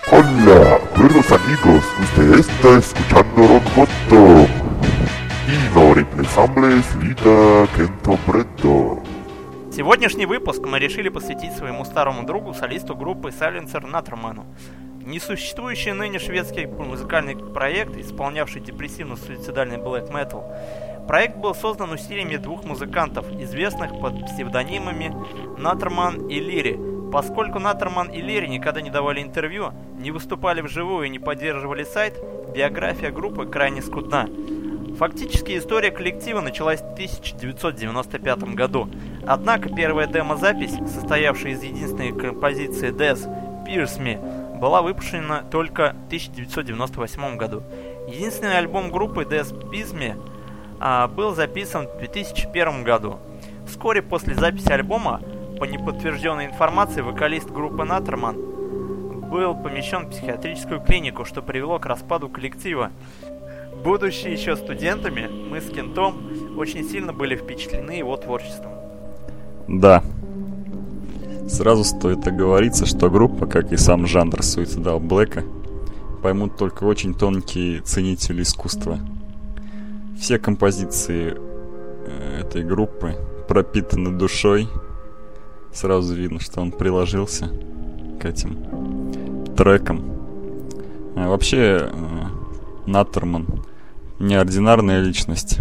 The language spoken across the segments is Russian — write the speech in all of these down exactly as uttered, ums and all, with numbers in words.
Hola, buenos amigos, usted está escuchando Rock Bottom y no reemplazables Lita Kento Бредо. Сегодняшний выпуск мы решили посвятить своему старому другу, солисту группы Silencer Наттерману. Несуществующий ныне шведский музыкальный проект, исполнявший депрессивно-суицидальный блэк метал. Проект был создан усилиями двух музыкантов, известных под псевдонимами Наттерман и Лири. Поскольку Наттерман и Лири никогда не давали интервью, не выступали вживую и не поддерживали сайт, биография группы крайне скудна. Фактически история коллектива началась в тысяча девятьсот девяносто пятом году. Однако первая демо-запись, состоявшая из единственной композиции Death Pierce Me, была выпущена только в тысяча девятьсот девяносто восьмом году. Единственный альбом группы Death Pierce Me а, был записан в две тысячи первом году. Вскоре после записи альбома, по неподтвержденной информации, вокалист группы Наттерман был помещен в психиатрическую клинику, что привело к распаду коллектива. Будучи еще студентами, мы с Кентом очень сильно были впечатлены его творчеством. Да. Сразу стоит оговориться, что группа, как и сам жанр суицидал блэка, поймут только очень тонкие ценители искусства. Все композиции этой группы пропитаны душой. Сразу видно, что он приложился к этим трекам. А вообще, Наттерман неординарная личность.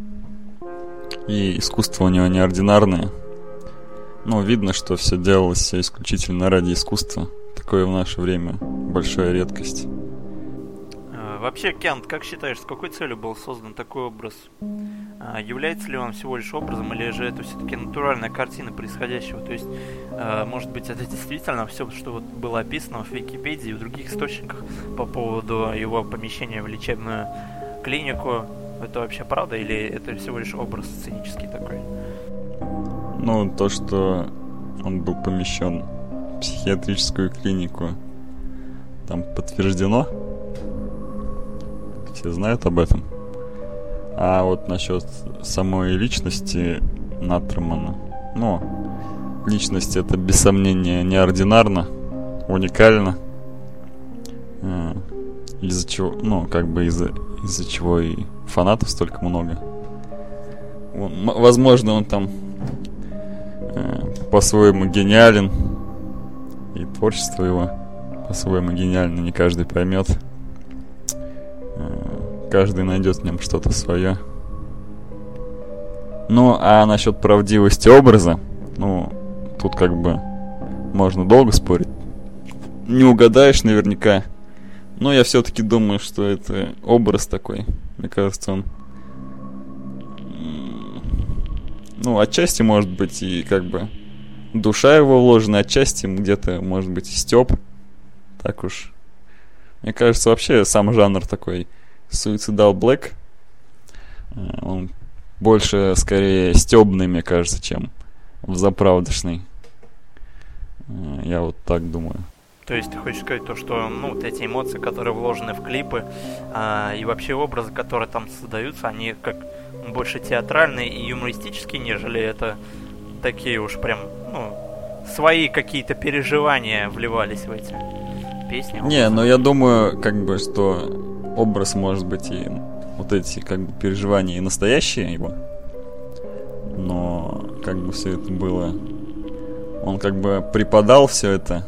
И искусство у него неординарное. Но видно, что все делалось все исключительно ради искусства. Такое в наше время большая редкость. Вообще, Кент, как считаешь, с какой целью был создан такой образ? Является ли он всего лишь образом, или же это все-таки натуральная картина происходящего? То есть, может быть, это действительно все, что вот было описано в Википедии и в других источниках по поводу его помещения в лечебную клинику, это вообще правда, или это всего лишь образ сценический такой? Ну, то, что он был помещен в психиатрическую клинику, там подтверждено. Все знают об этом. А вот насчет самой личности Наттермана, ну, личность это без сомнения неординарно, уникально, из-за чего, ну, как бы из-за, из-за чего и фанатов столько много. Он, возможно, он там э, по-своему гениален, и творчество его по-своему гениально, не каждый поймет. Каждый найдет в нем что-то свое. Ну, а насчет правдивости образа, ну, тут как бы можно долго спорить. Не угадаешь наверняка. Но я все-таки думаю, что это образ такой. Мне кажется, он... Ну, отчасти, может быть, и как бы душа его вложена, отчасти где-то, может быть, и стёб. Так уж. Мне кажется, вообще сам жанр такой суицидал блэк, он больше, скорее, стёбный, мне кажется, чем взаправдошный. Я вот так думаю. То есть ты хочешь сказать то, что, ну, вот эти эмоции, которые вложены в клипы, а, и вообще образы, которые там создаются, они как больше театральные и юмористические, нежели это такие уж прям, ну, свои какие-то переживания вливались в эти песни? Не, но я думаю, как бы, что образ может быть и вот эти, как бы, переживания и настоящие его. Но, как бы, все это было... Он, как бы, преподал все это.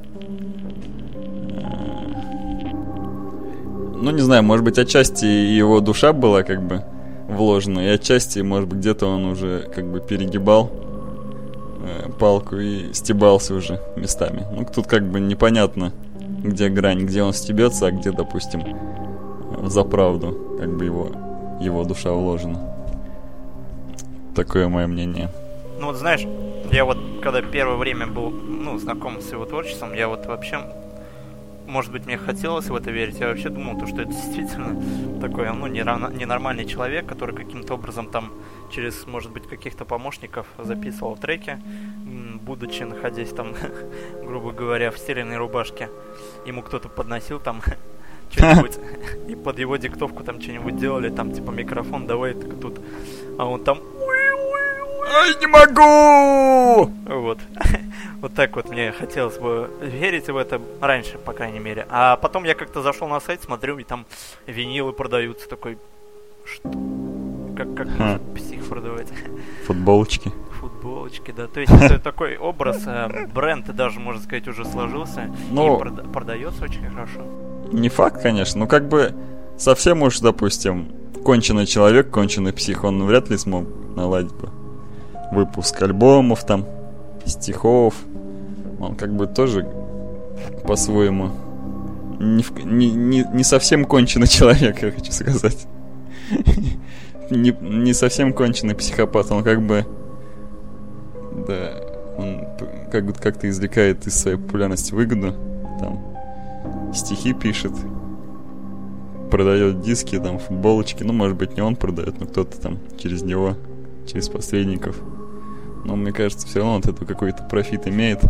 Ну, не знаю, может быть, отчасти его душа была, как бы, вложена, и отчасти, может быть, где-то он уже, как бы, перегибал э, палку и стебался уже местами. Ну, тут, как бы, непонятно, где грань, где он стебется, а где, допустим, за правду, как бы, его, его душа вложена. Такое мое мнение. Ну, вот знаешь, я вот, когда первое время был, ну, знаком с его творчеством, я вот вообще... Может быть, мне хотелось в это верить. Я вообще думал, то, что это действительно такой, ну, ненормальный человек, который каким-то образом там через, может быть, каких-то помощников записывал треки, будучи, находясь там, грубо говоря, в стиранной рубашке. Ему кто-то подносил там что-нибудь, и под его диктовку там что-нибудь делали, там, типа, микрофон, давай, так тут, а он там... Ай, не могу! Вот. Вот так вот мне хотелось бы верить в это раньше, по крайней мере. А потом я как-то зашел на сайт, смотрю, и там винилы продаются. Такой, что? Как, как может псих продавать? Футболочки. Футболочки, да. То есть это такой образ, бренд, даже, можно сказать, уже сложился. Но... И прода- продается очень хорошо. Не факт, конечно, но как бы совсем уж, допустим, конченый человек, конченый псих, он вряд ли смог наладить бы выпуск альбомов, там, стихов. Он как бы тоже по-своему не, не, не, не совсем конченый человек, я хочу сказать. не, не совсем конченый психопат, он как бы, да, он как, как-то извлекает из своей популярности выгоду, там, стихи пишет, продает диски, там, футболочки, ну, может быть, не он продает, но кто-то там через него, через посредников. Но мне кажется, все равно от этого какой-то профит имеет.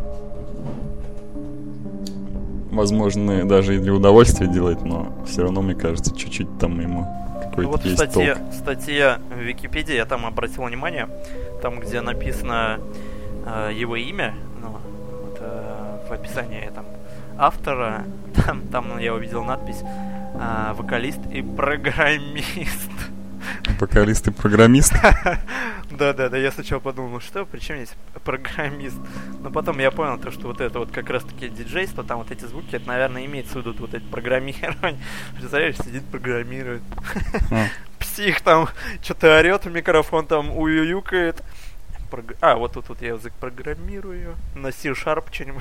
Возможно, даже и для удовольствия делать, но все равно, мне кажется, чуть-чуть там ему какой-то ну, вот есть в статье, толк. статья в Википедии, я там обратил внимание, там, где написано э, его имя, ну, вот, э, в описании там автора, там, там я увидел надпись э, «Вокалист и программист». Вокалист и программист? Да-да-да, я сначала подумал, ну что, при чем здесь программист? Но потом я понял, то, что вот это вот как раз-таки диджейство, там вот эти звуки, это, наверное, имеется в виду вот это программирование. Представляешь, сидит, программирует. Псих там что-то орет в микрофон, там уююкает. Прог... А, вот тут вот я язык программирую, на C-Sharp что-нибудь.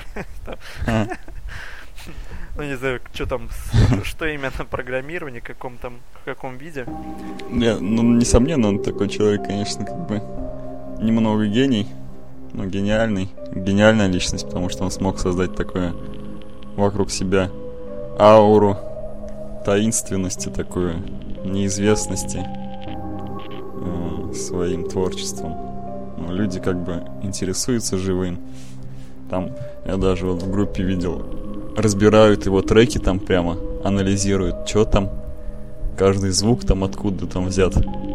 Ну, не знаю, что там, что именно программирование, в каком там, в каком виде. Не, ну, несомненно, он такой человек, конечно, как бы немного гений, но гениальный, гениальная личность, потому что он смог создать такое вокруг себя ауру таинственности, такую неизвестности э, своим творчеством. Ну, люди как бы интересуются живым. Там я даже вот в группе видел, разбирают его треки там прямо, анализируют, что там, каждый звук там откуда там взят.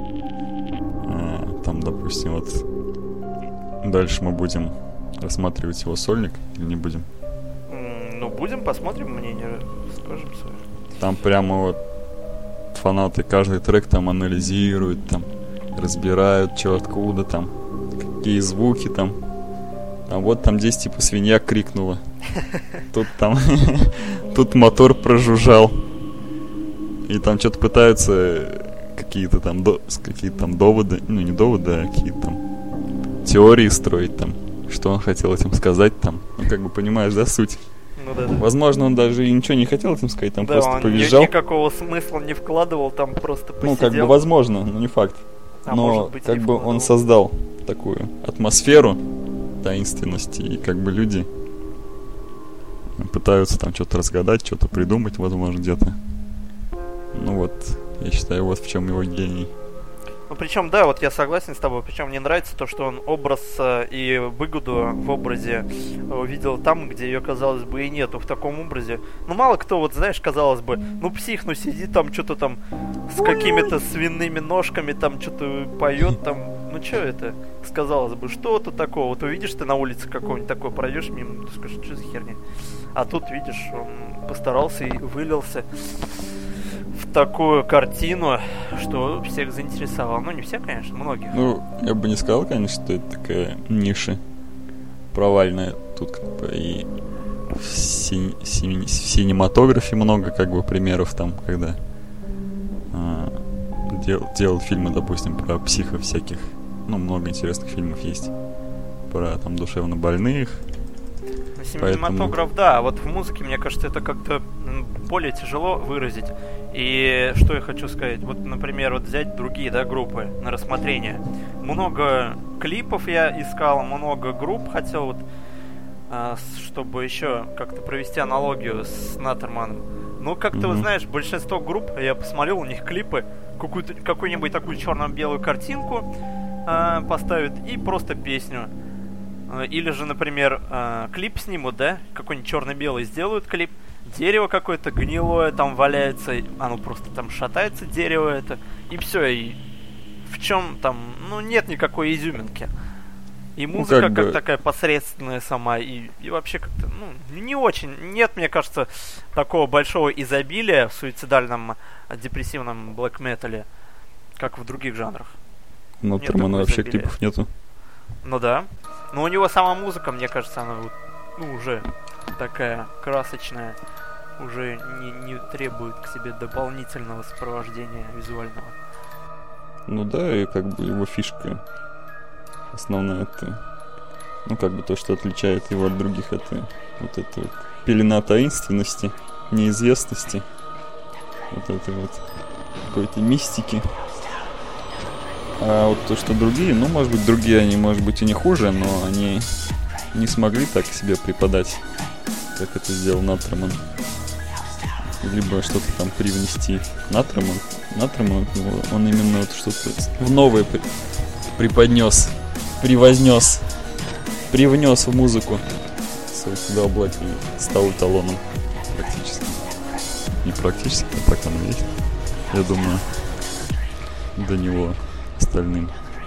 А, там, допустим, вот дальше мы будем рассматривать его сольник или не будем? Mm, ну, будем, посмотрим, мнение скажем свое. Там прямо вот фанаты каждый трек там анализируют, там разбирают, что откуда там, какие звуки там. А вот там здесь типа свинья крикнула. Тут там тут мотор прожужжал. И там что-то пытаются какие-то там до, какие-то там доводы, ну не доводы, а какие-то там теории строить там, что он хотел этим сказать там. Ну как бы понимаешь, да, суть? Ну, да, да. Возможно, он даже и ничего не хотел этим сказать, там да, просто он повизжал. Ни, никакого смысла не вкладывал, там просто посидел. Ну как бы возможно, но не факт. А но быть, как бы он создал такую атмосферу таинственности, и как бы люди пытаются там что-то разгадать, что-то придумать, возможно, где-то. Ну вот, я считаю, вот в чем его гений. Ну, причем, да, вот я согласен с тобой, причем мне нравится то, что он образ э, и выгоду в образе увидел там, где ее, казалось бы, и нету в таком образе. Ну, мало кто, вот, знаешь, казалось бы, ну, псих, ну, сидит там, что-то там с какими-то свиными ножками, там, что-то поет, там, ну, что это? Казалось бы, что тут такого? Вот увидишь ты на улице какого-нибудь такое, пройдешь мимо, ты скажешь, что за херня? А тут, видишь, он постарался и вылился в такую картину, что всех заинтересовал. Ну, не всех, конечно, многих. Ну, я бы не сказал, конечно, что это такая ниша провальная. Тут как бы и в, син- син- в синематографе много как бы примеров там, когда а, дел- делал фильмы, допустим, про психов всяких. Ну, много интересных фильмов есть про там душевно больных. Синематограф, поэтому... да, а вот в музыке, мне кажется, это как-то более тяжело выразить. И что я хочу сказать, вот, например, вот взять другие, да, группы на рассмотрение. Много клипов я искал, много групп хотел вот, чтобы еще как-то провести аналогию с Наттерманом. Ну, как-то, mm-hmm. вы знаешь, большинство групп, я посмотрел, у них клипы, какую-то, какую-нибудь такую черно-белую картинку э, поставят и просто песню. Или же, например, э, клип снимут, да, какой-нибудь черно-белый сделают клип, дерево какое-то гнилое там валяется, оно просто там шатается, дерево это, и все, и в чем там, ну, нет никакой изюминки. И музыка как как, бы... такая посредственная сама, и, и вообще как-то, ну, не очень. Нет, мне кажется, такого большого изобилия в суицидальном, депрессивном блэк-метале, как в других жанрах. Ну, Термана вообще изобилия. клипов нету. Ну да. Но у него сама музыка, мне кажется, она вот, ну, уже такая красочная, уже не, не требует к себе дополнительного сопровождения визуального. Ну да, и как бы его фишка основная это, ну как бы то, что отличает его от других, это вот эта вот пелена таинственности, неизвестности, вот этой вот какой-то мистики. А вот то, что другие, ну может быть другие они, может быть и не хуже, но они не смогли так себе преподать, как это сделал Наттерман. Либо что-то там привнести. Наттерман, Наттерман, он именно вот что-то в новое при- преподнес, превознес, привнес в музыку. Suicidal Black и стал эталоном практически. Не практически, а так оно есть. Я думаю, до него остальным.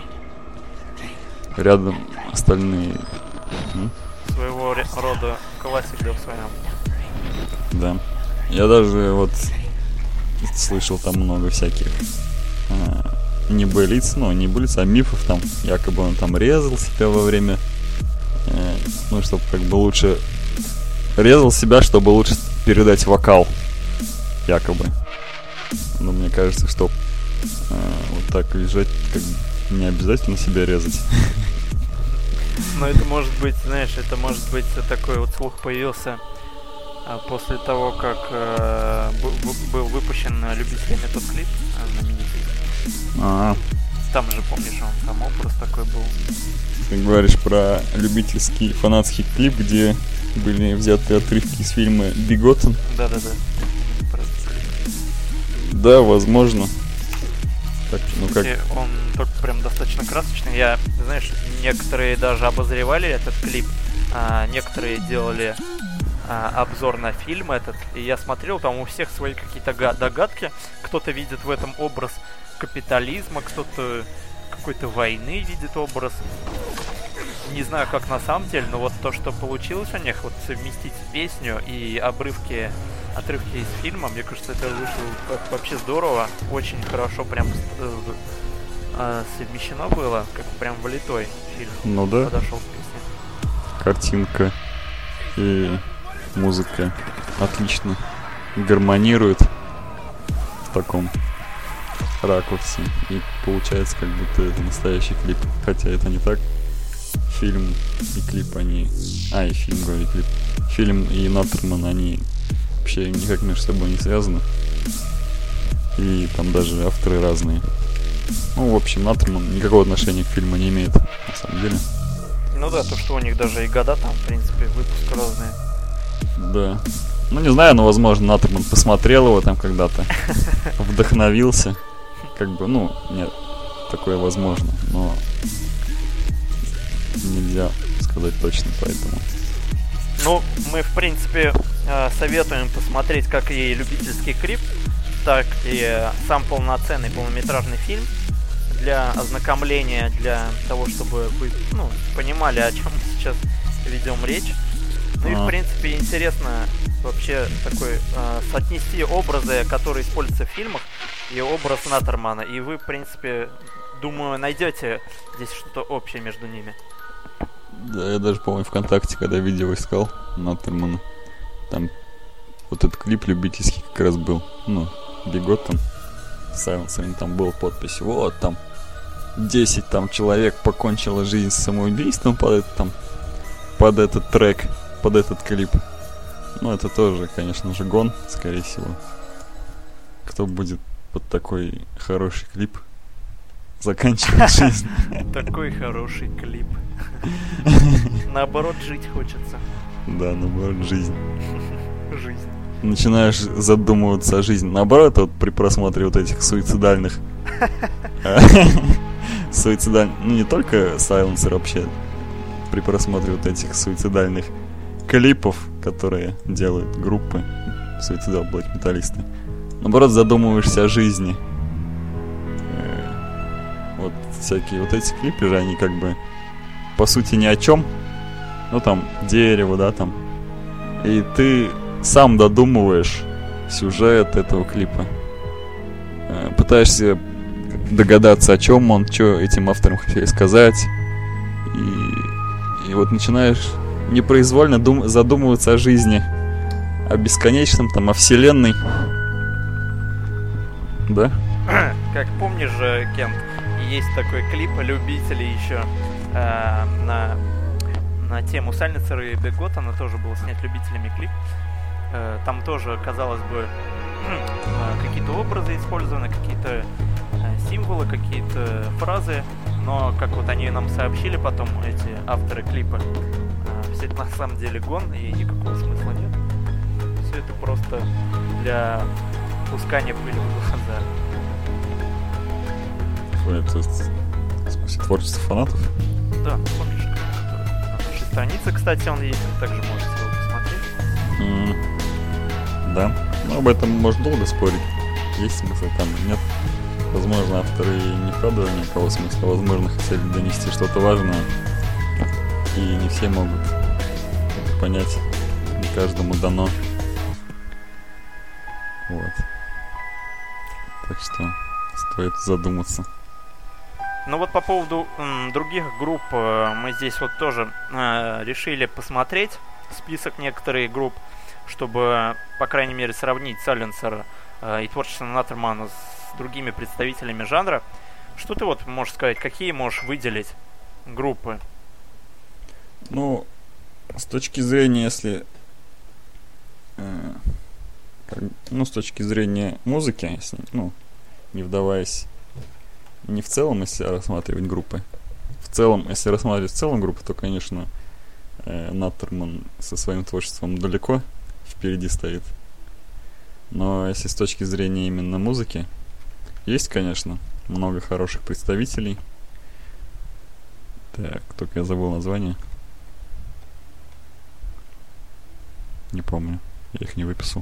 Рядом остальные. М? Своего ре- рода классик, да, в своем. Да. Я даже вот слышал там много всяких а, небылиц, ну, не небылиц, а мифов там. Якобы он там резал себя во время, э, ну, чтобы как бы лучше... Резал себя, чтобы лучше передать вокал. Якобы. Но мне кажется, что э, вот так лежать, как бы не обязательно себя резать. Но это может быть, знаешь, это может быть такой вот слух появился после того, как э, б- был выпущен любителями тот клип э, знаменитый. А-а. Там же, помнишь, он там образ такой был. Ты говоришь про любительский фанатский клип, где были взяты отрывки из фильма «Биготен». Да-да-да. Да, возможно. Так, ну как... Он только прям достаточно красочный. Я, знаешь, некоторые даже обозревали этот клип, а некоторые делали а, обзор на фильм этот. И я смотрел, там у всех свои какие-то догадки. Кто-то видит в этом образ капитализма, кто-то какой-то войны видит образ. Не знаю, как на самом деле, но вот то, что получилось у них, вот совместить песню и обрывки, отрывки из фильма, мне кажется, это вышло вообще здорово. Очень хорошо прям э, э, совмещено было, как прям влитой фильм. Ну да. Подошел к песне. Картинка и музыка отлично гармонируют в таком ракурсе. И получается, как будто это настоящий клип. Хотя это не так. Фильм и клип, они... А, и фильм, говорю, и клип. Фильм и Наттерман, они вообще никак между собой не связаны. И там даже авторы разные. Ну, в общем, Наттерман никакого отношения к фильму не имеет, на самом деле. Ну да, то, что у них даже и года там, в принципе, выпуск разные. Да. Ну, не знаю, но, возможно, Наттерман посмотрел его там когда-то, вдохновился. Как бы, ну, нет, такое возможно, но нельзя сказать точно, поэтому. Ну, мы, в принципе, советуем посмотреть как и любительский клип, так и сам полноценный полнометражный фильм для ознакомления, для того, чтобы вы, ну, понимали, о чем мы сейчас ведем речь. Ну и, в принципе, интересно вообще такой э, соотнести образы, которые используются в фильмах, и образ Наттермана. И вы, в принципе, думаю, найдете здесь что-то общее между ними. Да, я даже, по-моему, ВКонтакте, когда видео искал Наттермана, там вот этот клип любительский как раз был. Ну, Биготен, Сайленсером, там была подпись. Вот, там десять там человек покончило жизнь самоубийством под этот, там, под этот трек, под этот клип. Ну, это тоже, конечно же, гон, скорее всего. Кто будет под такой хороший клип заканчивать жизнь? Такой хороший клип. Наоборот, жить хочется. Да, наоборот, жизнь. Жизнь. Начинаешь задумываться о жизни. Наоборот, вот при просмотре вот этих суицидальных... Суицидальных... Ну, не только Сайленсер вообще. При просмотре вот этих суицидальных клипов, которые делают группы Suicidal Black металлисты. Наоборот, задумываешься о жизни. Вот всякие вот эти клипы же, они как бы по сути ни о чем. Ну там дерево, да, там. И ты сам додумываешь сюжет этого клипа. Пытаешься догадаться, о чем он, что этим авторам хотели сказать. И, и вот начинаешь непроизвольно дум- задумываться о жизни, о бесконечном, там, о вселенной. Да? Как помнишь же, Кент, есть такой клип любителей еще э, на, на тему Сайленсера и Биг Готтона, тоже был снят любителями клип. Э, там тоже, казалось бы, какие-то образы использованы, какие-то символы, какие-то фразы, но, как вот они нам сообщили потом, эти авторы клипа, все это на самом деле гон, и никакого смысла нет. Все это просто для пускания пыли в глаза. Это, в смысле, творчество фанатов? Да, помнишь, на нашей странице, кстати, он есть, вы также можете его посмотреть. Mm, да. Ну, об этом можно долго спорить. Есть смысл, там нет. Возможно, авторы не вкладывали никакого смысла. Возможно, хотели донести что-то важное. И не все могут понять. Не каждому дано. Вот. Так что стоит задуматься. Ну вот по поводу м, других групп, э, мы здесь вот тоже э, решили посмотреть список некоторых групп, чтобы, по крайней мере, сравнить Сайленсера э, и творчество Наттермана с другими представителями жанра. Что ты вот можешь сказать, какие можешь выделить группы? Ну, с точки зрения, если... Э, как, ну, с точки зрения музыки, если, ну, не вдаваясь... Не в целом, если рассматривать группы. В целом, если рассматривать в целом группы, то, конечно, э, Наттерман со своим творчеством далеко впереди стоит. Но если с точки зрения именно музыки, есть, конечно, много хороших представителей. Так, только я забыл название. Не помню, я их не выписал.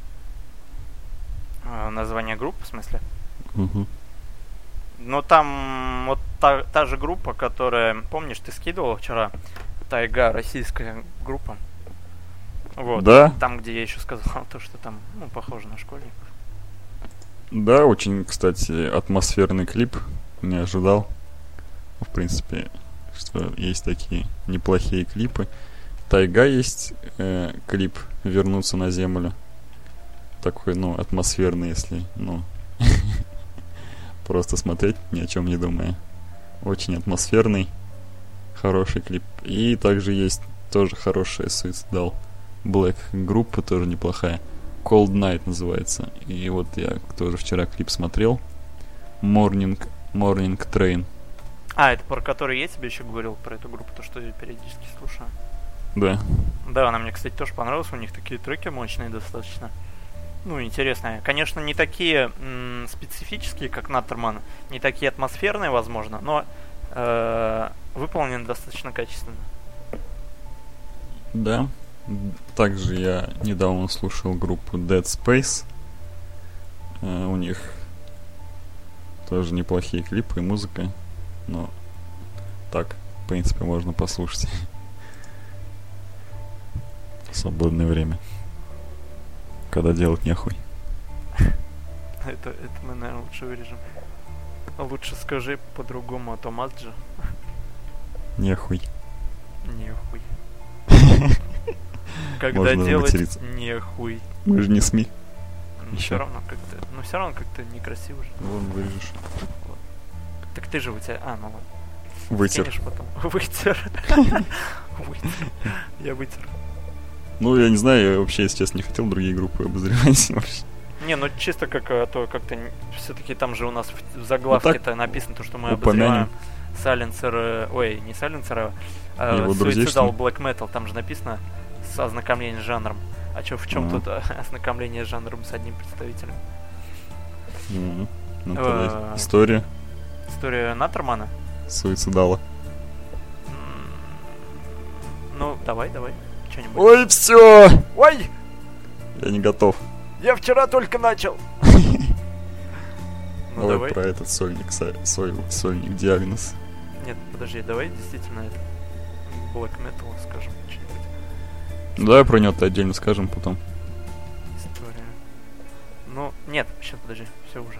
А, название групп, в смысле? Угу. Ну там вот та, та же группа, которая, помнишь, ты скидывал вчера, Тайга, российская группа. Вот. Да. Там, где я еще сказал то, что там, ну, похоже на школьников. Да, очень, кстати, атмосферный клип. Не ожидал. В принципе, что есть такие неплохие клипы. Тайга есть э, клип «Вернуться на землю». Такой, ну, атмосферный, если, ну... Просто смотреть, ни о чем не думая. Очень атмосферный, хороший клип. И также есть тоже хорошая Suicidal Black группа, тоже неплохая. Cold Night называется. И вот я тоже вчера клип смотрел. Morning, Morning Train. А, это про который я тебе еще говорил, про эту группу, то, что я периодически слушаю. Да. Да, она мне, кстати, тоже понравилась. У них такие треки мощные достаточно. Ну, интересные. Конечно, не такие м- специфические, как Наттерман, не такие атмосферные, возможно, но э- выполнены достаточно качественно. Да. Также я недавно слушал группу Dead Space. Э- у них тоже неплохие клипы и музыка. Но так, в принципе, можно послушать в свободное время, когда делать нехуй. Это, это мы, наверное, лучше вырежем. Лучше скажи по-другому, а то Мазджа. Нехуй. Нехуй. Когда Можно делать материться. нехуй. Мы же не СМИ. Ну, Еще. все равно как-то, ну все равно как-то некрасиво же. Вон вырежешь. Вот. Так ты же у тебя, а, ну ладно. Вытер. Скинешь потом. Вытер. Вытер. Я вытер. Ну, я не знаю, я вообще, если честно, не хотел другие группы обозревать вообще. Не, ну чисто как а, то как-то все-таки там же у нас в, в заглавке-то ну, написано то, что мы упомянем. обозреваем Сайленсера, ой, не Сайленсера, а Его друзей, что ли? Suicidal Black Metal, там же написано с ознакомлением с жанром. А чё, в чем А. тут а, ознакомление с жанром с одним представителем? Мгм. Ну, Э. тогда история История Наттермана? Суицидала. М, Ну, давай, давай, что-нибудь. Ой, все! Ой, Я не готов. я вчера только начал. Ну Давай давай. про этот сольник, со- соль- сольник диагноз. Нет, подожди, давай действительно это. black metal, скажем, что-нибудь. Давай про него-то отдельно скажем потом. История. Ну, нет, сейчас, подожди, все уже.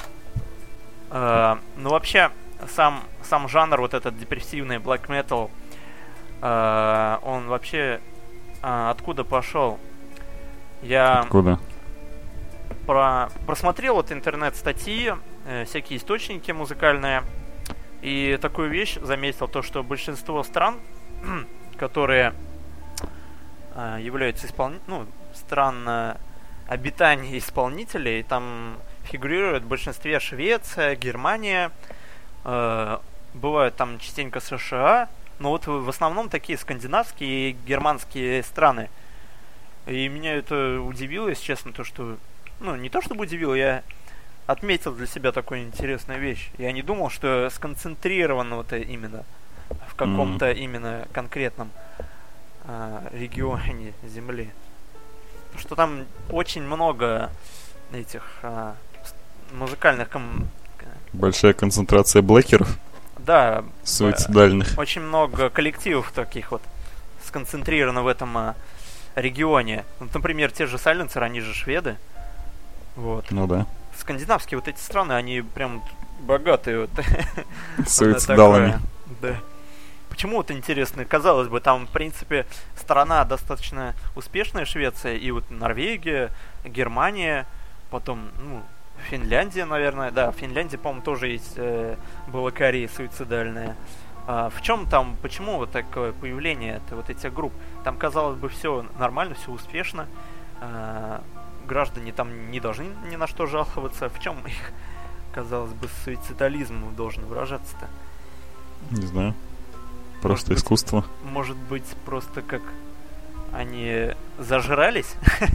Uh, ну, вообще, сам, сам жанр, вот этот депрессивный black metal, uh, он вообще uh, откуда пошел? Я Откуда? Про, просмотрел вот интернет-статьи, э, всякие источники музыкальные, и такую вещь заметил, то, что большинство стран, которые э, являются исполн... ну, стран э, обитания исполнителей, там фигурирует в большинстве Швеция, Германия, э, бывают там частенько США, но вот в основном такие скандинавские и германские страны. И меня это удивило, если честно, то, что... Ну, не то чтобы удивило, я отметил для себя такую интересную вещь. Я не думал, что сконцентрировано вот именно в каком-то mm. именно конкретном э, регионе Земли. Потому что там очень много этих э, музыкальных... Ком... Большая концентрация блэкеров? Да. Суицидальных. Э, очень много коллективов таких вот сконцентрировано в этом э, регионе. Вот, например, те же Silencer, они же шведы. Вот. Ну да. Скандинавские вот эти страны, они прям богатые вот. Суицидалами. Да. Почему вот интересно? Казалось бы, там, в принципе, страна достаточно успешная, Швеция, и вот Норвегия, Германия, потом, ну, Финляндия, наверное. Да, в Финляндии, по-моему, тоже есть э, блокарии суицидальные. А в чем там, почему вот такое появление вот этих групп? Там, казалось бы, все нормально, все успешно. А, граждане там не должны ни на что жаловаться. В чем их, казалось бы, суицидализм должен выражаться-то? Не знаю. Просто может искусство. Быть, может быть, просто как они зажрались?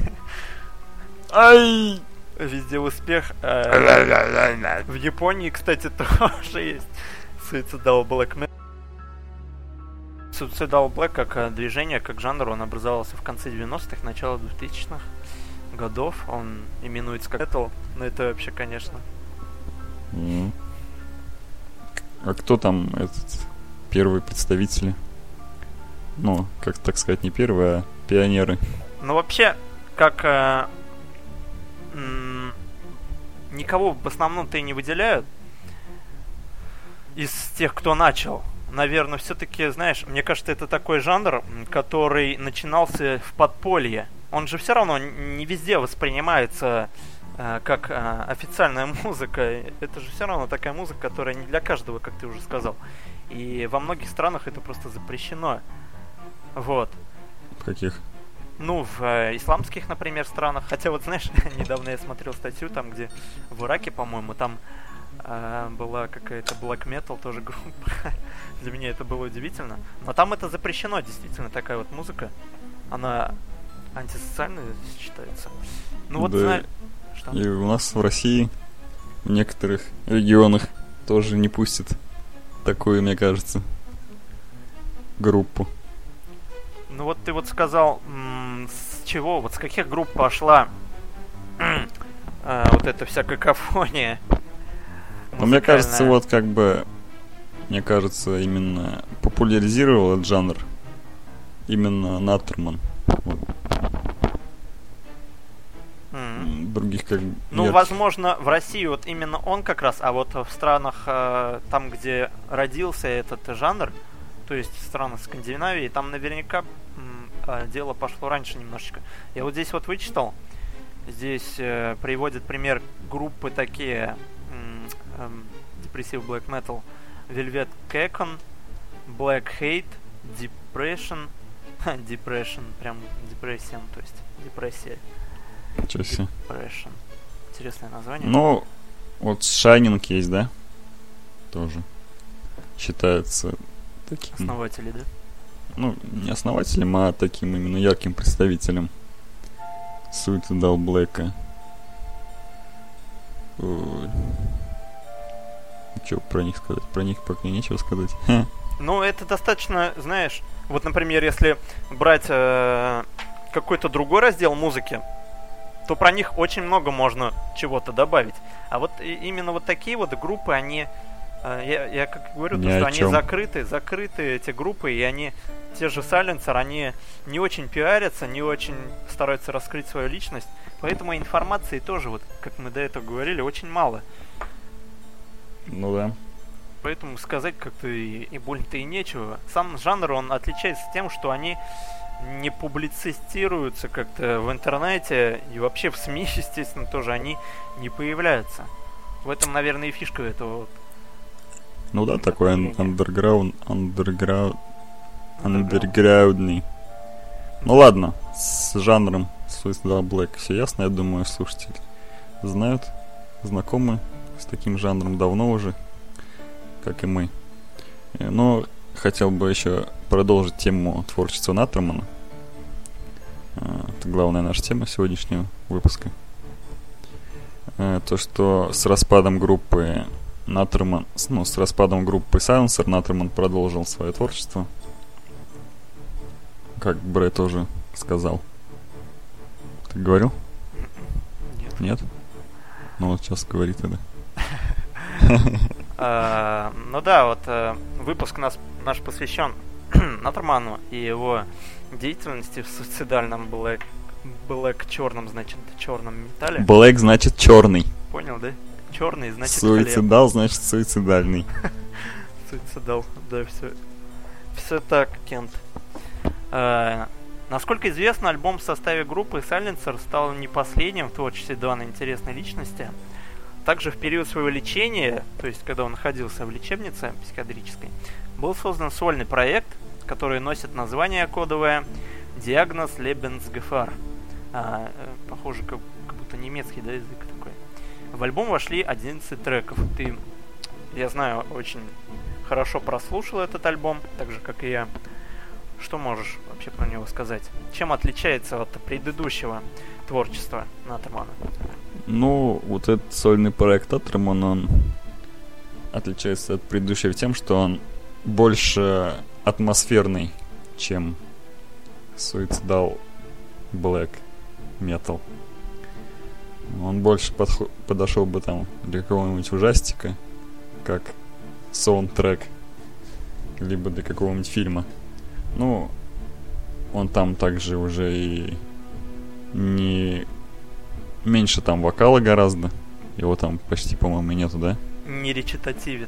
Ай! Везде успех. В Японии, кстати, тоже есть Suicidal Black Metal. Suicidal Black как движение, как жанр, он образовался в конце девяностых, начало двухтысячных годов. Он именуется как metal, но это вообще, конечно. Mm. А кто там этот первые представители? Ну, как так сказать, не первые, а пионеры. Ну, вообще, как э, м- никого в основном-то и не выделяют из тех, кто начал. Наверное, все-таки, знаешь, мне кажется, это такой жанр, который начинался в подполье. Он же все равно не везде воспринимается э, как э, официальная музыка. Это же все равно такая музыка, которая не для каждого, как ты уже сказал. И во многих странах это просто запрещено. Вот. В каких? Ну, в э, исламских, например, странах. Хотя вот, знаешь, недавно я смотрел статью, там, где в Ираке, по-моему, там э, была какая-то black metal тоже группа. Для меня это было удивительно. Но там это запрещено, действительно, такая вот музыка. Она антисоциальная считается. Ну вот, да, знаешь... Что? И у нас в России в некоторых регионах тоже не пустят такую, мне кажется, группу. Ну вот ты вот сказал, м- с чего, вот с каких групп пошла э, вот эта вся какофония? Ну, мне кажется, вот как бы, мне кажется, именно популяризировал этот жанр именно Наттерман. Вот. Mm-hmm. Других как Ну, нет. возможно, в России вот именно он как раз, а вот в странах, э, там, где родился этот жанр, то есть в странах Скандинавии, там наверняка м, э, дело пошло раньше немножечко. Я вот здесь вот вычитал, здесь э, приводят пример группы такие, м, э, Depressive Black Metal, Velvet Kekon, Black Hate, Depression, Depression, прям депрессия, то есть депрессия. Ничего себе. Depression. Интересное название. Ну, вот Shining есть, да? Тоже считается таким... Основатели, да? Ну, не основателем, а таким именно ярким представителем Suicidal Black'а. Что про них сказать? Про них пока нечего сказать. Ну, это достаточно, знаешь, вот, например, если брать э, какой-то другой раздел музыки, то про них очень много можно чего-то добавить. А вот и, именно вот такие вот группы, они Я, я как говорю, то, Ни о что они чем. закрыты, закрыты эти группы, и они, те же Silencer, они не очень пиарятся, не очень стараются раскрыть свою личность, поэтому информации тоже, вот как мы до этого говорили, очень мало. Ну да. Поэтому сказать как-то и, и больно-то и нечего. Сам жанр, он отличается тем, что они не публицистируются как-то в интернете, и вообще в СМИ, естественно, тоже они не появляются. В этом, наверное, и фишка этого вот. Ну да, такой андерграунд, андерграунд, андерграундный. Ну ладно, с жанром Suicidal Black все ясно, я думаю, слушатели знают, знакомы с таким жанром давно уже, как и мы. Но хотел бы еще продолжить тему творчества Наттермана. Это главная наша тема сегодняшнего выпуска. То, что с распадом группы Наттерман, ну, с распадом группы Silencer Наттерман продолжил свое творчество. Как Брэд тоже сказал. Ты говорил? Нет. Нет? Ну вот сейчас говори тогда. Ну да, вот выпуск наш посвящен Наттерману и его деятельности в суицидальном Black, Black черном, значит, черном металле. Black значит черный. Понял, да? Черный значит суицидал, значит суицидальный. Суицидал, да, все. Все так, Кент. А, насколько известно, альбом в составе группы Silencer стал не последним в творчестве данной интересной личности. Также в период своего лечения, то есть когда он находился в лечебнице психиатрической, был создан сольный проект, который носит название кодовое «Диагноз Lebensgefahr». А, похоже, как, как будто немецкий, да, язык такой. В альбом вошли одиннадцать треков. Ты, я знаю, очень хорошо прослушал этот альбом, так же, как и я. Что можешь вообще про него сказать? Чем отличается от предыдущего творчества Наттермана? Ну, вот этот сольный проект Наттермана, он отличается от предыдущего тем, что он больше атмосферный, чем Suicidal Black Metal. Он больше подхо- подошел бы там для какого-нибудь ужастика, как саундтрек, либо для какого-нибудь фильма. Ну, он там также уже и не меньше там вокала гораздо. Его там почти, по-моему, нету, да? Не речитативит.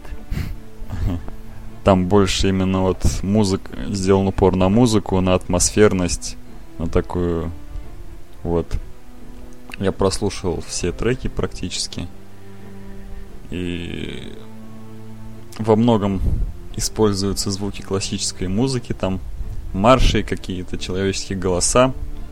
Там больше именно вот музыка, сделан упор на музыку, на атмосферность, на такую вот. Я прослушал все треки практически. И во многом используются звуки классической музыки, там марши какие-то, человеческие голоса,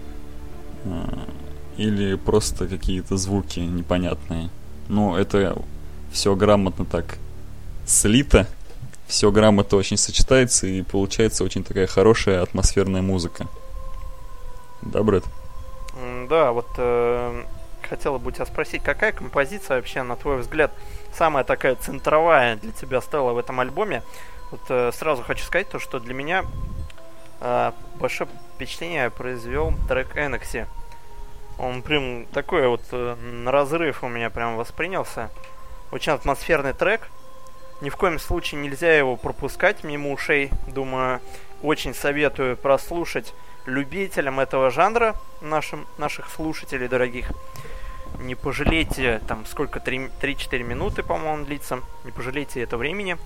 или просто какие-то звуки непонятные. Ну, это все грамотно так слито, все грамотно очень сочетается, и получается очень такая хорошая атмосферная музыка. Да, Брэд? Да, вот э, хотела бы у тебя спросить, какая композиция вообще, на твой взгляд, самая такая центровая для тебя стала в этом альбоме? Вот э, сразу хочу сказать то, что для меня э, большое впечатление произвел трек Энекси. Он прям такой вот э, на разрыв у меня прям воспринялся. Очень атмосферный трек. Ни в коем случае нельзя его пропускать мимо ушей. Думаю, очень советую прослушать любителям этого жанра, нашим, наших слушателей дорогих. Не пожалейте, там, сколько, три-четыре минуты, по-моему, длится. Не пожалейте это времени.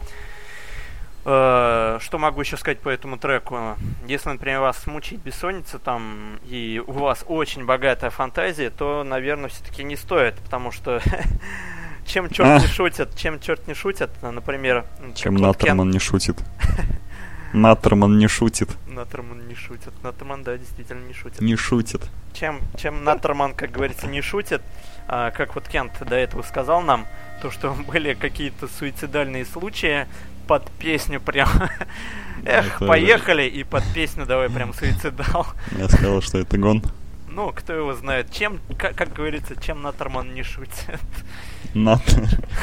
Что могу еще сказать по этому треку? Если, например, вас мучает бессонница там, и у вас очень богатая фантазия, то, наверное, все-таки не стоит, потому что чем черт не шутит, чем черт не шутит, например... Чем Наттерман не шутит. Наттерман не шутит. Наттерман не шутит. Наттерман, да, действительно не шутит. Не шутит. Чем, чем Наттерман, как говорится, не шутит, а, как вот Кент до этого сказал нам, то, что были какие-то суицидальные случаи, под песню прям. Эх, это... поехали, и под песню давай прям суицидал. Я сказал, что это гон. Ну, кто его знает. Чем, как, как говорится, чем Наттерман не шутит. Наттер.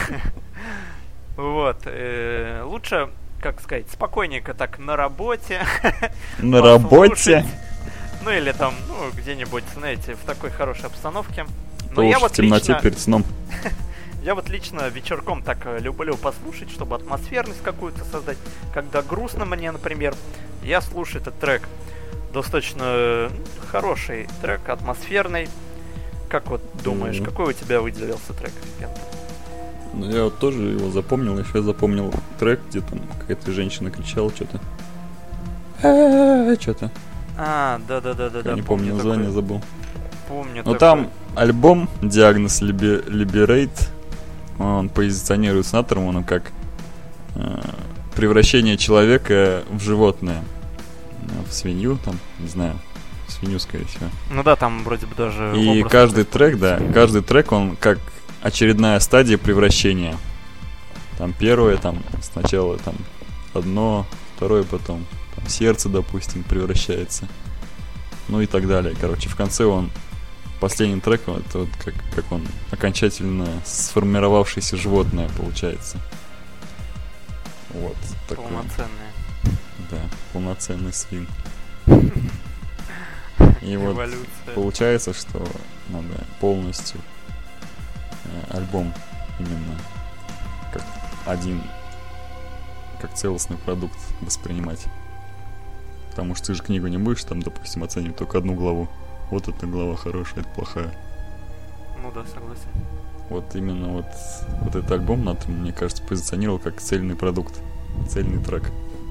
Вот. Э, лучше, как сказать, спокойненько так на работе. На работе? Ну, или там, ну, где-нибудь, знаете, в такой хорошей обстановке. Но я вот в темноте лично... перед сном. Я вот лично вечерком так э, люблю послушать, чтобы атмосферность какую-то создать. Когда грустно мне, например, я слушаю этот трек. Достаточно э, хороший трек, атмосферный. Как вот думаешь, Mm. какой у тебя выделился трек? Кент? Ну, я вот тоже его запомнил, еще запомнил трек, где там какая-то женщина кричала что-то. Что-то. А, да-да-да-да-да. Я не помню название, забыл. Помню. Но там альбом «Диагноз Liberate», он позиционируется Наттерманом как э, превращение человека в животное. В свинью, там, не знаю, в свинью, скорее всего. Ну да, там вроде бы даже... И образ каждый такой. трек, да, каждый трек, он как очередная стадия превращения. Там первое, там, сначала там одно, второе, потом там, сердце, допустим, превращается. Ну и так далее. Короче, в конце он, последним треком, это вот как, как он окончательно сформировавшееся животное получается. Вот. Такое. Полноценные. Да, полноценный свин. И вот Эволюция. получается, что надо полностью э, альбом именно как один, как целостный продукт воспринимать. Потому что ты же книгу не будешь там, допустим, оценивать только одну главу. Вот эта глава хорошая, это плохая. Ну да, согласен. Вот именно вот, вот этот альбом надо, мне кажется, позиционировал как цельный продукт, цельный трек.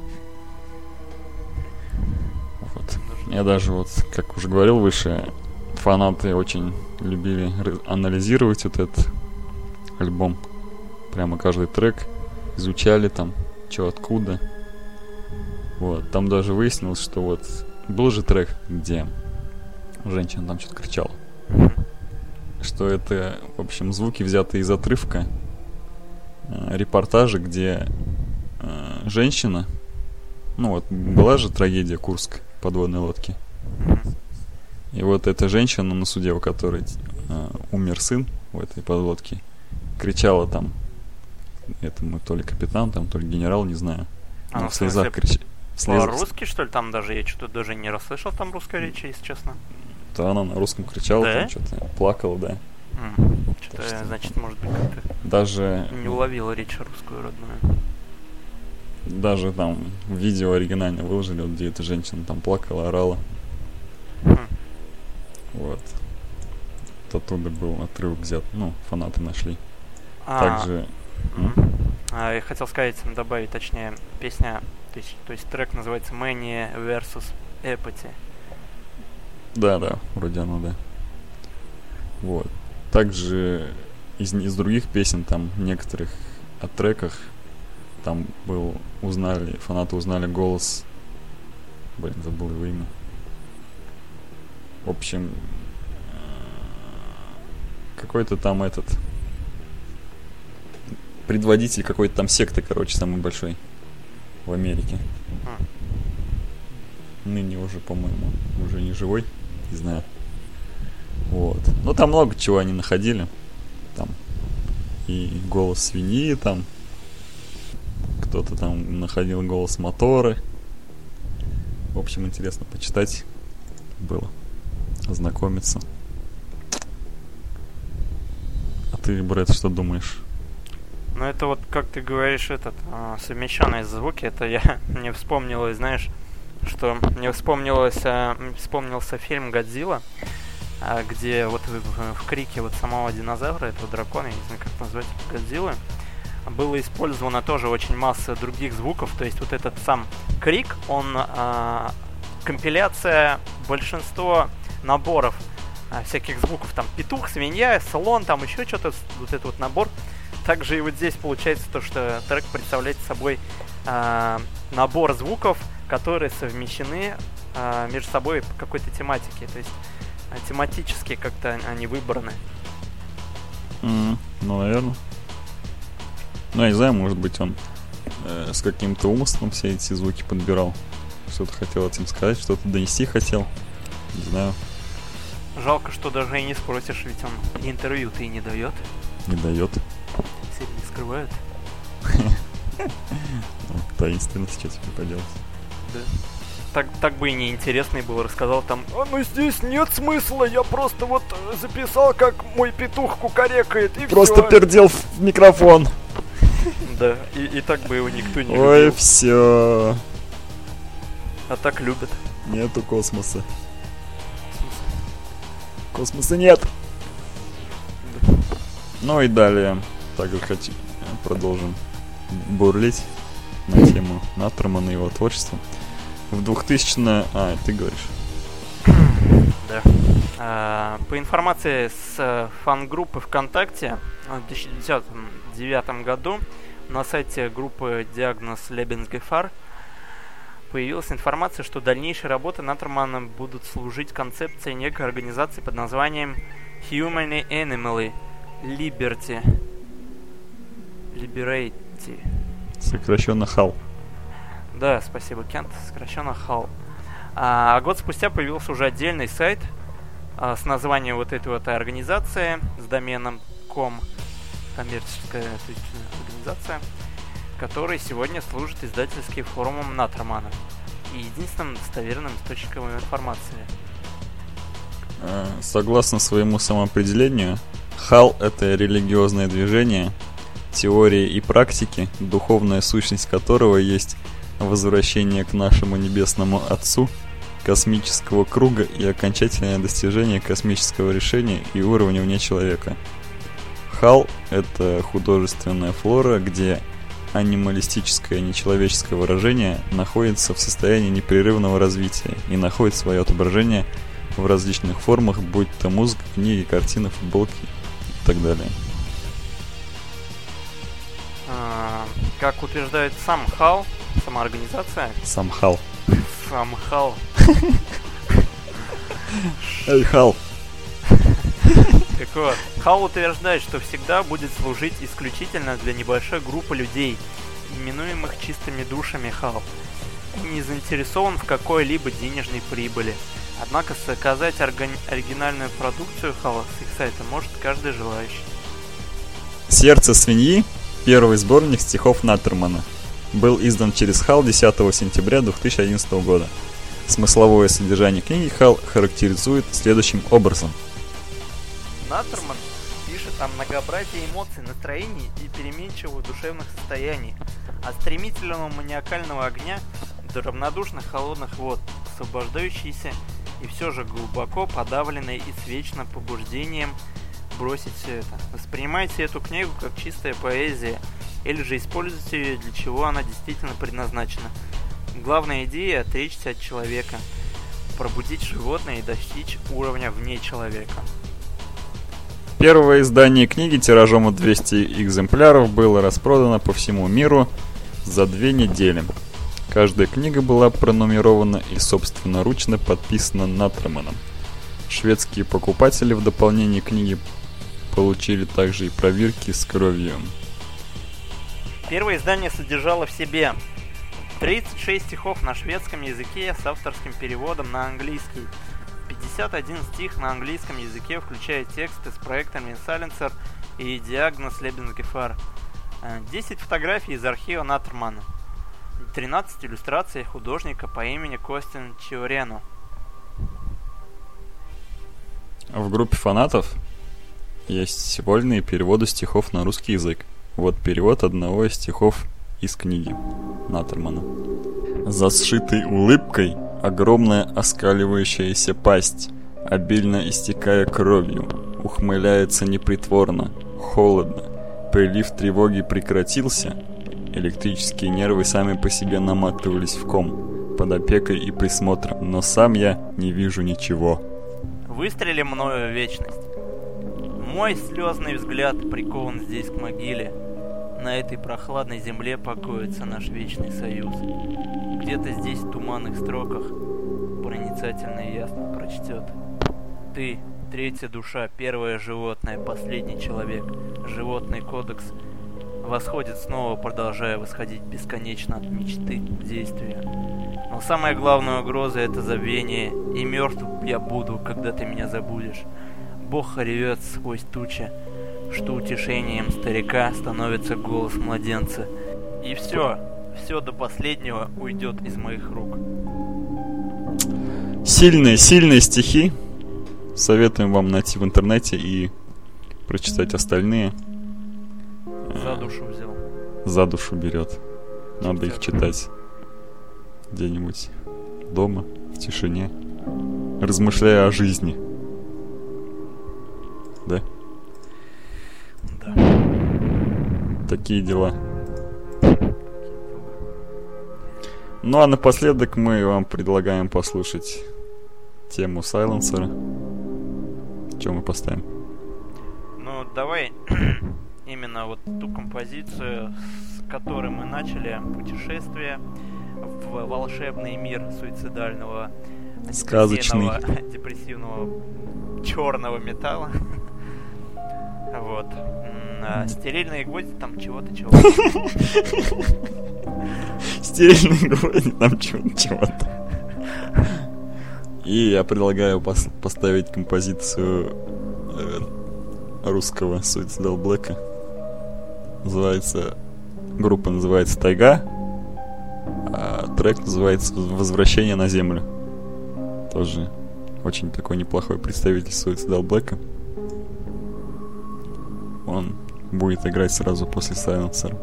Вот. Я даже вот, как уже говорил выше, фанаты очень любили анализировать вот этот альбом. Прямо каждый трек изучали там, что откуда. Вот. Там даже выяснилось, что вот был же трек, где женщина там что-то кричала. Что это, в общем, звуки, взятые из отрывка э, репортажа, где э, женщина, ну вот, была же трагедия Курск, подводной лодки. И вот эта женщина на суде, у которой э, умер сын в этой подлодке, кричала там, этому то ли капитан, там, то ли генерал, не знаю. А, ну, в в слезах смысле, кричала. По-русски, что ли, там даже? Я что-то даже не расслышал там русской речи, если честно. То она на русском кричала, Да? там что-то плакала, да. Mm. Что-то, Так что- значит, может быть, как-то Даже, не уловила речь русскую родную. даже там видео оригинально выложили, вот, где эта женщина там плакала, орала. Хм. Вот. Вот оттуда был отрывок взят. Ну, фанаты нашли. А, Также... м? мгм. А, я хотел сказать, добавить, точнее, песня, то есть, то есть трек называется Mania versus Apathy. Да, да, вроде оно, да. Вот. Также из, из других песен, там, некоторых о треках, там был, узнали, фанаты узнали голос, блин, забыл его имя. В общем, э, какой-то там этот, предводитель какой-то там секты, короче, самый большой в Америке. Хм. Ныне уже, по-моему, уже не живой, не знаю. Вот. Ну, там много чего они находили. Там и голос свиньи, там кто-то там находил голос мотора. В общем, интересно почитать было, ознакомиться. А ты, Брэд, что думаешь? Ну, это вот, как ты говоришь, этот, а, совмещенные звуки, это я, мне вспомнилось, знаешь, что мне вспомнилось, а, вспомнился фильм «Годзилла», а, где вот в, в крике вот самого динозавра, этого дракона, я не знаю, как это назвать, Годзиллы, было использовано тоже очень масса других звуков, то есть вот этот сам крик, он а, компиляция большинства наборов а, всяких звуков, там петух, свинья, слон, там еще что-то, вот этот вот набор. Также и вот здесь получается то, что трек представляет собой а, набор звуков, которые совмещены а, между собой по какой-то тематике, то есть а, тематически как-то они выбраны. Mm, ну, наверное. Ну, я не знаю, может быть, он э, с каким-то умыслом все эти звуки подбирал. Что-то хотел этим сказать, что-то донести хотел. Не знаю. Жалко, что даже и не спросишь, ведь он интервью-то и не дает. Не дает. Все не скрывают. Ну, таинственность, что тебе поделать. Да. так, так бы и неинтересно было, рассказал там: а, ну здесь нет смысла, я просто вот записал, как мой петух кукарекает, и Просто всё. пердел в микрофон. Да, и, и так бы его никто не любил. Ой, все. А так любят. Нету космоса. Космоса нет. Ну и далее, так как хотим, продолжим бурлить на тему Наттермана и его творчества. В двухтысячном... А, ты говоришь. Да. А, по информации с фан-группы ВКонтакте, в две тысячи девятом году на сайте группы Диагноз Lebensgefahr появилась информация, что дальнейшие работы Наттермана будут служить концепции некой организации под названием Humanly Animally Liberty. Liberty. Сокращенно хал. Да, спасибо, Кент. Сокращенно хал. А год спустя появился уже отдельный сайт а, с названием вот этой вот организации, с доменом ком, коммерческая то есть, организация, который сегодня служит издательским форумом Наттермана и единственным достоверным источником информации. Согласно своему самоопределению, хал — это религиозное движение, теории и практики, духовная сущность которого есть возвращение к нашему небесному Отцу, космического круга и окончательное достижение космического решения и уровня вне человека. Хал — это художественная флора, где анималистическое нечеловеческое выражение находится в состоянии непрерывного развития и находит свое отображение в различных формах, будь то музыка, книги, картины, футболки и так далее. А, как утверждает сам Хал, сама организация. Сам Хал. Сам Хал. Эй, Хал. Так вот, Хал утверждает, что всегда будет служить исключительно для небольшой группы людей, именуемых чистыми душами Хал, и не заинтересован в какой-либо денежной прибыли. Однако заказать оригин... оригинальную продукцию Хала с их сайта может каждый желающий. «Сердце свиньи» — первый сборник стихов Наттермана. Был издан через Хал десятого сентября две тысячи одиннадцатого года. Смысловое содержание книги Хал характеризует следующим образом. Наттерман пишет о многообразии эмоций, настроений и переменчивых душевных состояний, от стремительного маниакального огня до равнодушных холодных вод, освобождающиеся и все же глубоко подавленные и с вечным побуждением бросить все это. Воспринимайте эту книгу как чистая поэзия, или же используйте ее, для чего она действительно предназначена. Главная идея — отречься от человека, пробудить животное и достичь уровня вне человека. Первое издание книги тиражом от двухсот экземпляров было распродано по всему миру за две недели. Каждая книга была пронумерована и собственноручно подписана Наттерманом. Шведские покупатели в дополнение к книге получили также и пробирки с кровью. Первое издание содержало в себе тридцать шесть стихов на шведском языке с авторским переводом на английский, пятьдесят один стих на английском языке, включая тексты с проектами Silencer и Diagnoz Lebensgefahr, десять фотографий из архива Наттермана, тринадцать иллюстраций художника по имени Костин Чиорено. В группе фанатов есть вольные переводы стихов на русский язык. Вот перевод одного из стихов из книги Наттермана. За сшитой улыбкой огромная оскаливающаяся пасть, обильно истекая кровью, ухмыляется непритворно, холодно. Прилив тревоги прекратился, электрические нервы сами по себе наматывались в ком, под опекой и присмотром, но сам я не вижу ничего. Выстрели мною в вечность. Мой слезный взгляд прикован здесь к могиле. На этой прохладной земле покоится наш вечный союз. Где-то здесь в туманных строках проницательно и ясно прочтет: ты, третья душа, первое животное, последний человек. Животный кодекс восходит снова, продолжая восходить бесконечно от мечты к действию. Но самая главная угроза — это забвение, и мертв я буду, когда ты меня забудешь. Бог ревет сквозь тучи, что утешением старика становится голос младенца. И все, все до последнего уйдет из моих рук. Сильные, сильные стихи. Советуем вам найти в интернете и прочитать остальные. За душу взял. За душу берет. Надо их читать где-нибудь дома, в тишине, размышляя о жизни. Да? Да. Такие дела. Ну а напоследок мы вам предлагаем послушать тему Сайленсера. Что мы поставим? Ну, давай именно вот ту композицию, с которой мы начали путешествие в волшебный мир суицидального, сказочный, депрессивного, депрессивного черного металла. Вот. А стерильные гвозди там чего-то, чего-то. Стерильные гвозди там чего-то, чего-то. И я предлагаю пос- поставить композицию э, русского Suicidal Black. Называется... Группа называется «Тайга», а трек называется «Возвращение на землю». Тоже очень такой неплохой представитель Suicidal Black. Он будет играть сразу после Сайленсера.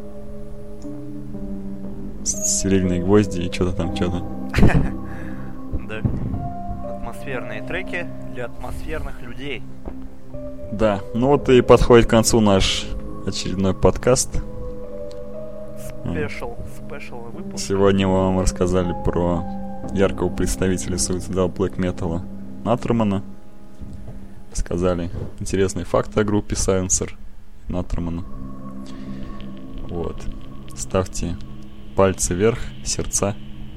Стерильные гвозди и что-то там, что-то. Да. Атмосферные треки для атмосферных людей. Да, ну вот и подходит к концу наш очередной подкаст. Спешл, спешл выпуск. Сегодня мы вам рассказали про яркого представителя Suicidal Black Metal Наттермана. Сказали интересные факты о группе Silencer Наттермана. Вот. Ставьте пальцы вверх, сердца.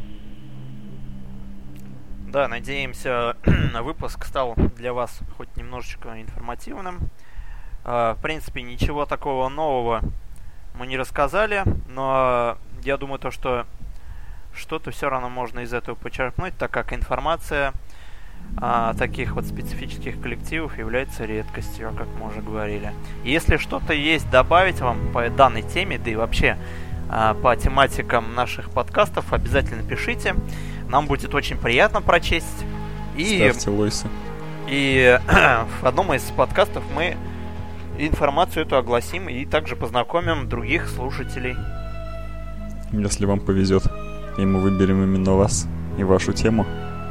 Да, надеемся, выпуск стал для вас хоть немножечко информативным. В принципе, ничего такого нового мы не рассказали, но я думаю, то, что что-то все равно можно из этого почерпнуть, так как информация а, таких вот специфических коллективов является редкостью, как мы уже говорили. Если что-то есть добавить вам по данной теме, да и вообще а, по тематикам наших подкастов, обязательно пишите. Нам будет очень приятно прочесть. И, ставьте лойсы. И в одном из подкастов мы информацию эту огласим и также познакомим других слушателей. Если вам повезет, и мы выберем именно вас и вашу тему,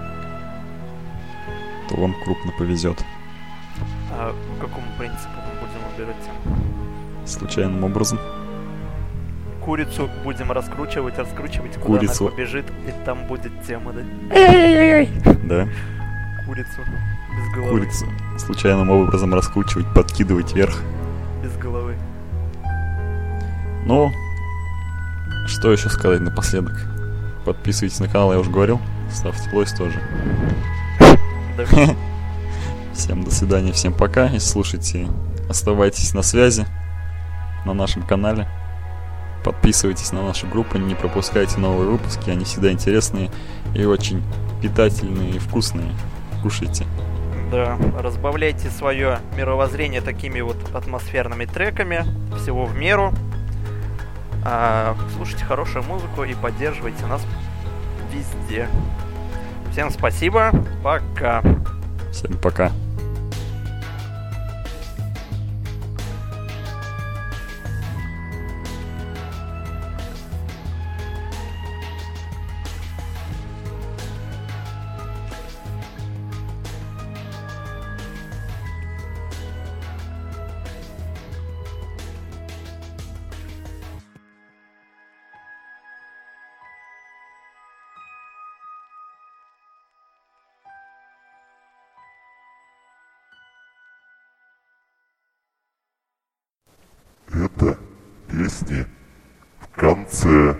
то вам крупно повезет. А по какому принципу мы будем выбирать тему? Случайным образом. Курицу будем раскручивать, раскручивать, куда Курицу. она побежит, и там будет тема, да? Да. Курицу без головы. Курицу случайным образом раскручивать, подкидывать вверх. Без головы. Ну, что еще сказать напоследок? Подписывайтесь на канал, я уже говорил. Ставьте лойс тоже. Да. Всем до свидания, всем пока. И слушайте, оставайтесь на связи на нашем канале. Подписывайтесь на нашу группу, не пропускайте новые выпуски. Они всегда интересные и очень питательные и вкусные. Кушайте. Да, разбавляйте свое мировоззрение такими вот атмосферными треками. Всего в меру. А, слушайте хорошую музыку и поддерживайте нас везде. Всем спасибо. Пока. Всем пока. Это песни в конце.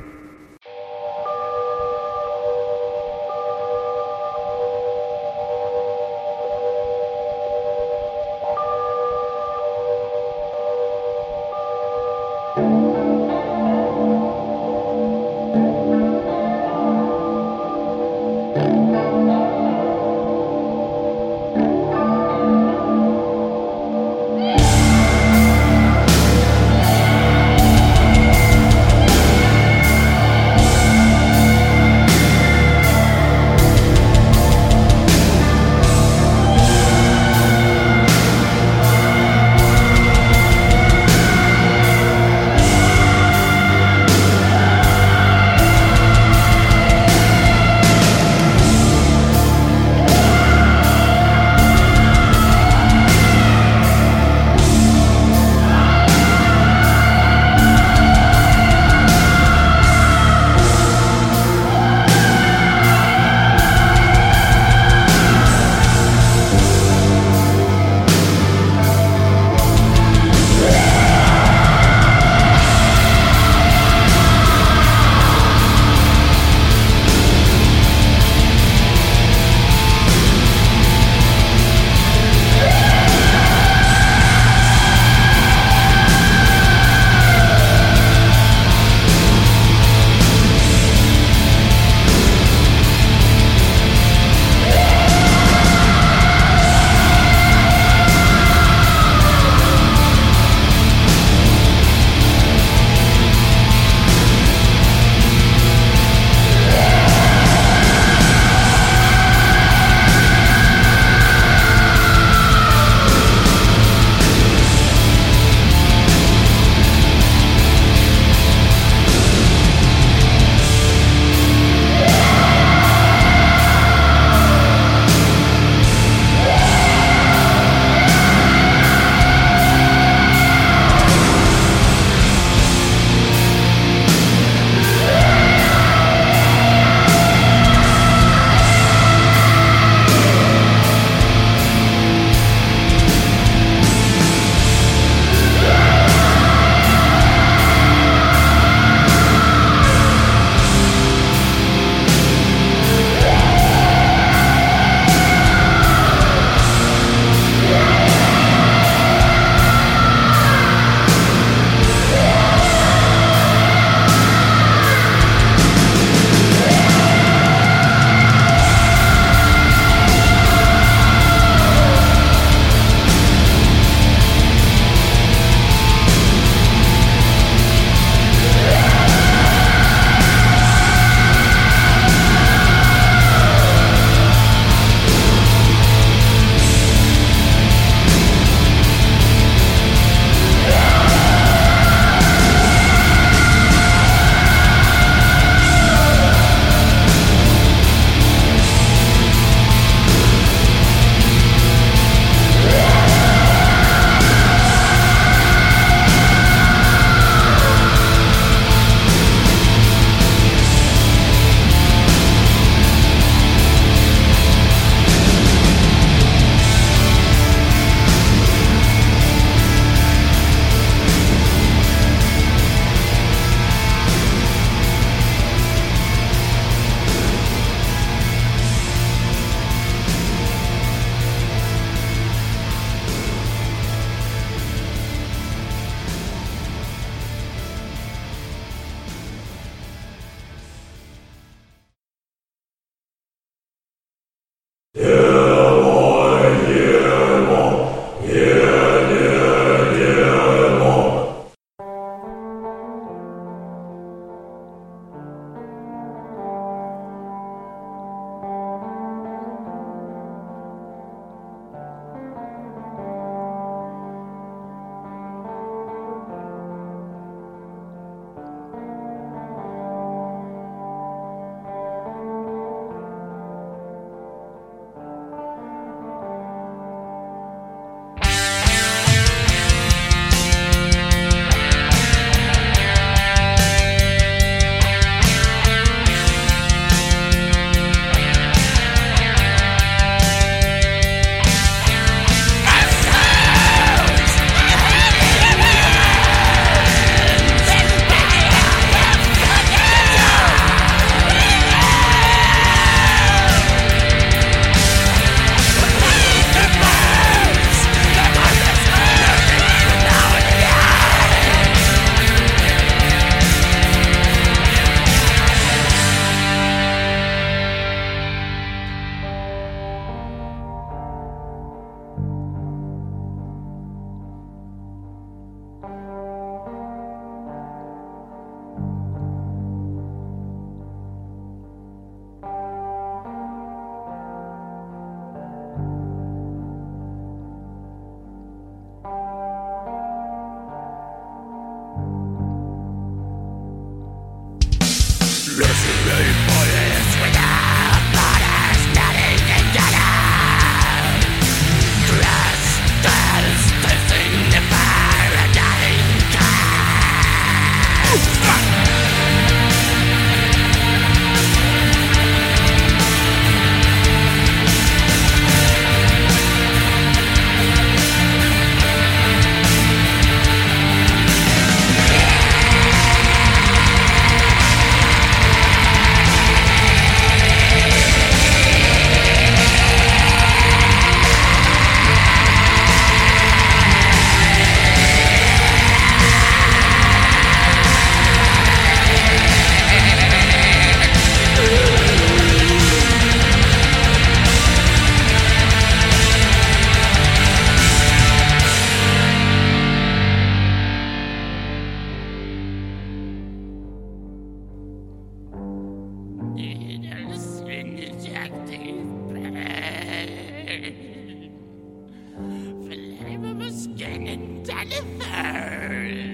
Telephone.